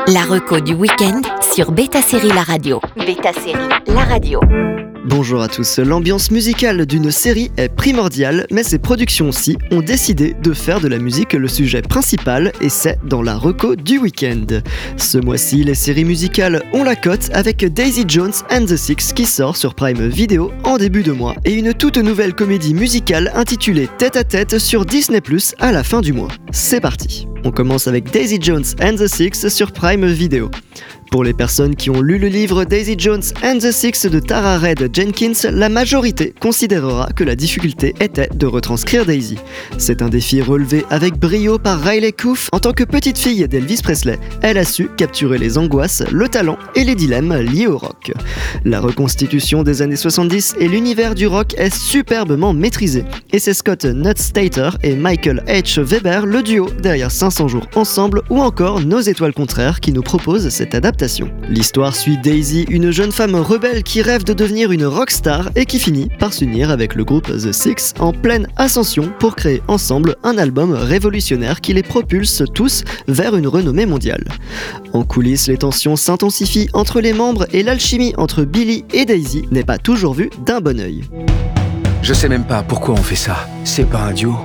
La reco du week-end sur Beta Série La Radio. Beta Série La Radio. Bonjour à tous, l'ambiance musicale d'une série est primordiale, mais ses productions aussi ont décidé de faire de la musique le sujet principal, et c'est dans la reco du week-end. Ce mois-ci, les séries musicales ont la cote avec Daisy Jones and the Six qui sort sur Prime Video en début de mois, et une toute nouvelle comédie musicale intitulée Tête à Tête sur Disney+ à la fin du mois. C'est parti. On commence avec Daisy Jones and the Six sur Prime Video. Pour les personnes qui ont lu le livre Daisy Jones and the Six de Tara Reid Jenkins, la majorité considérera que la difficulté était de retranscrire Daisy. C'est un défi relevé avec brio par Riley Keough en tant que petite fille d'Elvis Presley. Elle a su capturer les angoisses, le talent et les dilemmes liés au rock. La reconstitution des années 70 et l'univers du rock est superbement maîtrisé. Et c'est Scott Nutstater et Michael H. Weber, le duo derrière 500 jours ensemble ou encore Nos étoiles contraires qui nous proposent cette adaptation. L'histoire suit Daisy, une jeune femme rebelle qui rêve de devenir une rockstar et qui finit par s'unir avec le groupe The Six en pleine ascension pour créer ensemble un album révolutionnaire qui les propulse tous vers une renommée mondiale. En coulisses, les tensions s'intensifient entre les membres et l'alchimie entre Billy et Daisy n'est pas toujours vue d'un bon œil. Je sais même pas pourquoi on fait ça. C'est pas un duo.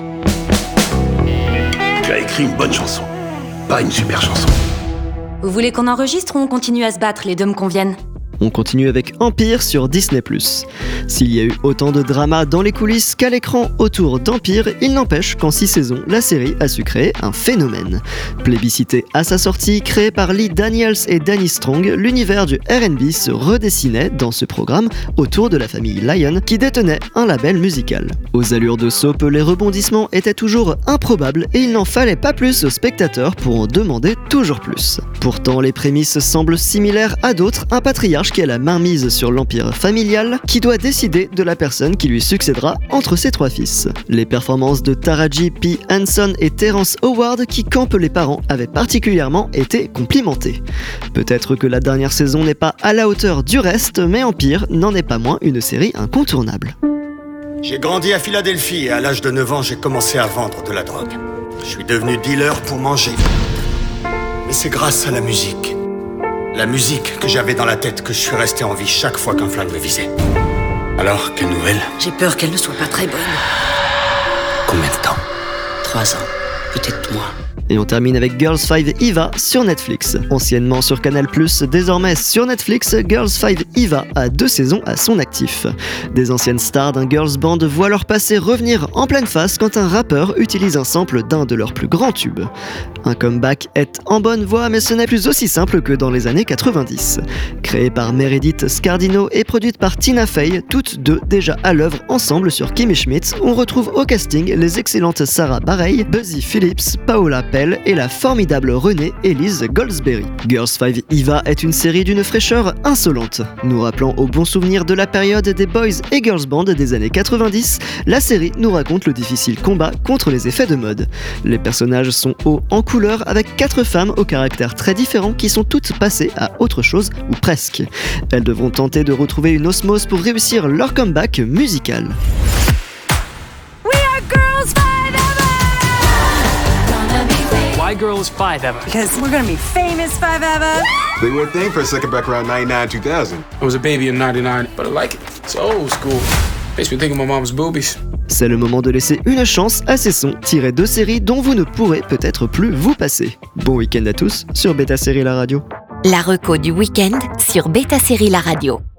Tu as écrit une bonne chanson, pas une super chanson. Vous voulez qu'on enregistre ou on continue à se battre? Les deux me conviennent. On continue avec Empire sur Disney+. S'il y a eu autant de drama dans les coulisses qu'à l'écran autour d'Empire, il n'empêche qu'en 6 saisons, la série a su créer un phénomène. Plébiscité à sa sortie, créé par Lee Daniels et Danny Strong, l'univers du R&B se redessinait dans ce programme autour de la famille Lyon qui détenait un label musical. Aux allures de soap, les rebondissements étaient toujours improbables et il n'en fallait pas plus aux spectateurs pour en demander toujours plus. Pourtant, les prémices semblent similaires à d'autres, un patriarche qui a la main mise sur l'empire familial, qui doit décider de la personne qui lui succédera entre ses 3 fils. Les performances de Taraji P. Henson et Terrence Howard, qui campent les parents, avaient particulièrement été complimentées. Peut-être que la dernière saison n'est pas à la hauteur du reste, mais Empire n'en est pas moins une série incontournable. J'ai grandi à Philadelphie et à l'âge de 9 ans, j'ai commencé à vendre de la drogue. Je suis devenu dealer pour manger. Mais c'est grâce à la musique que j'avais dans la tête que je suis resté en vie chaque fois qu'un flingue me visait. Alors, quelle nouvelle? J'ai peur qu'elle ne soit pas très bonne. Combien de temps? 3 ans, peut-être moins. Et on termine avec Girls 5 Eva sur Netflix. Anciennement sur Canal+, désormais sur Netflix, Girls 5 Eva a 2 saisons à son actif. Des anciennes stars d'un girls band voient leur passé revenir en pleine face quand un rappeur utilise un sample d'un de leurs plus grands tubes. Un comeback est en bonne voie, mais ce n'est plus aussi simple que dans les années 90. Créée par Meredith Scardino et produite par Tina Fey, toutes deux déjà à l'œuvre ensemble sur Kimmy Schmidt, on retrouve au casting les excellentes Sarah Bareilles, Buzzy Phillips, Paola Pell et la formidable Renée Elise Goldsberry. Girls 5 Eva est une série d'une fraîcheur insolente. Nous rappelant au bon souvenir de la période des boys et girls band des années 90, la série nous raconte le difficile combat contre les effets de mode. Les personnages sont hauts en couleur avec 4 femmes au caractère très différent qui sont toutes passées à autre chose ou presque. Elles devront tenter de retrouver une osmose pour réussir leur comeback musical. Why girls 5 ever? Because we're gonna be famous 5 ever. They were a thing for a second back around 99, 2000. I was a baby in 99, but I like it. It's old school. Makes me think of my mom's boobies. C'est le moment de laisser une chance à ces sons tirés de séries dont vous ne pourrez peut-être plus vous passer. Bon week-end à tous sur Beta Série La Radio. La reco du week-end sur Beta Série La Radio.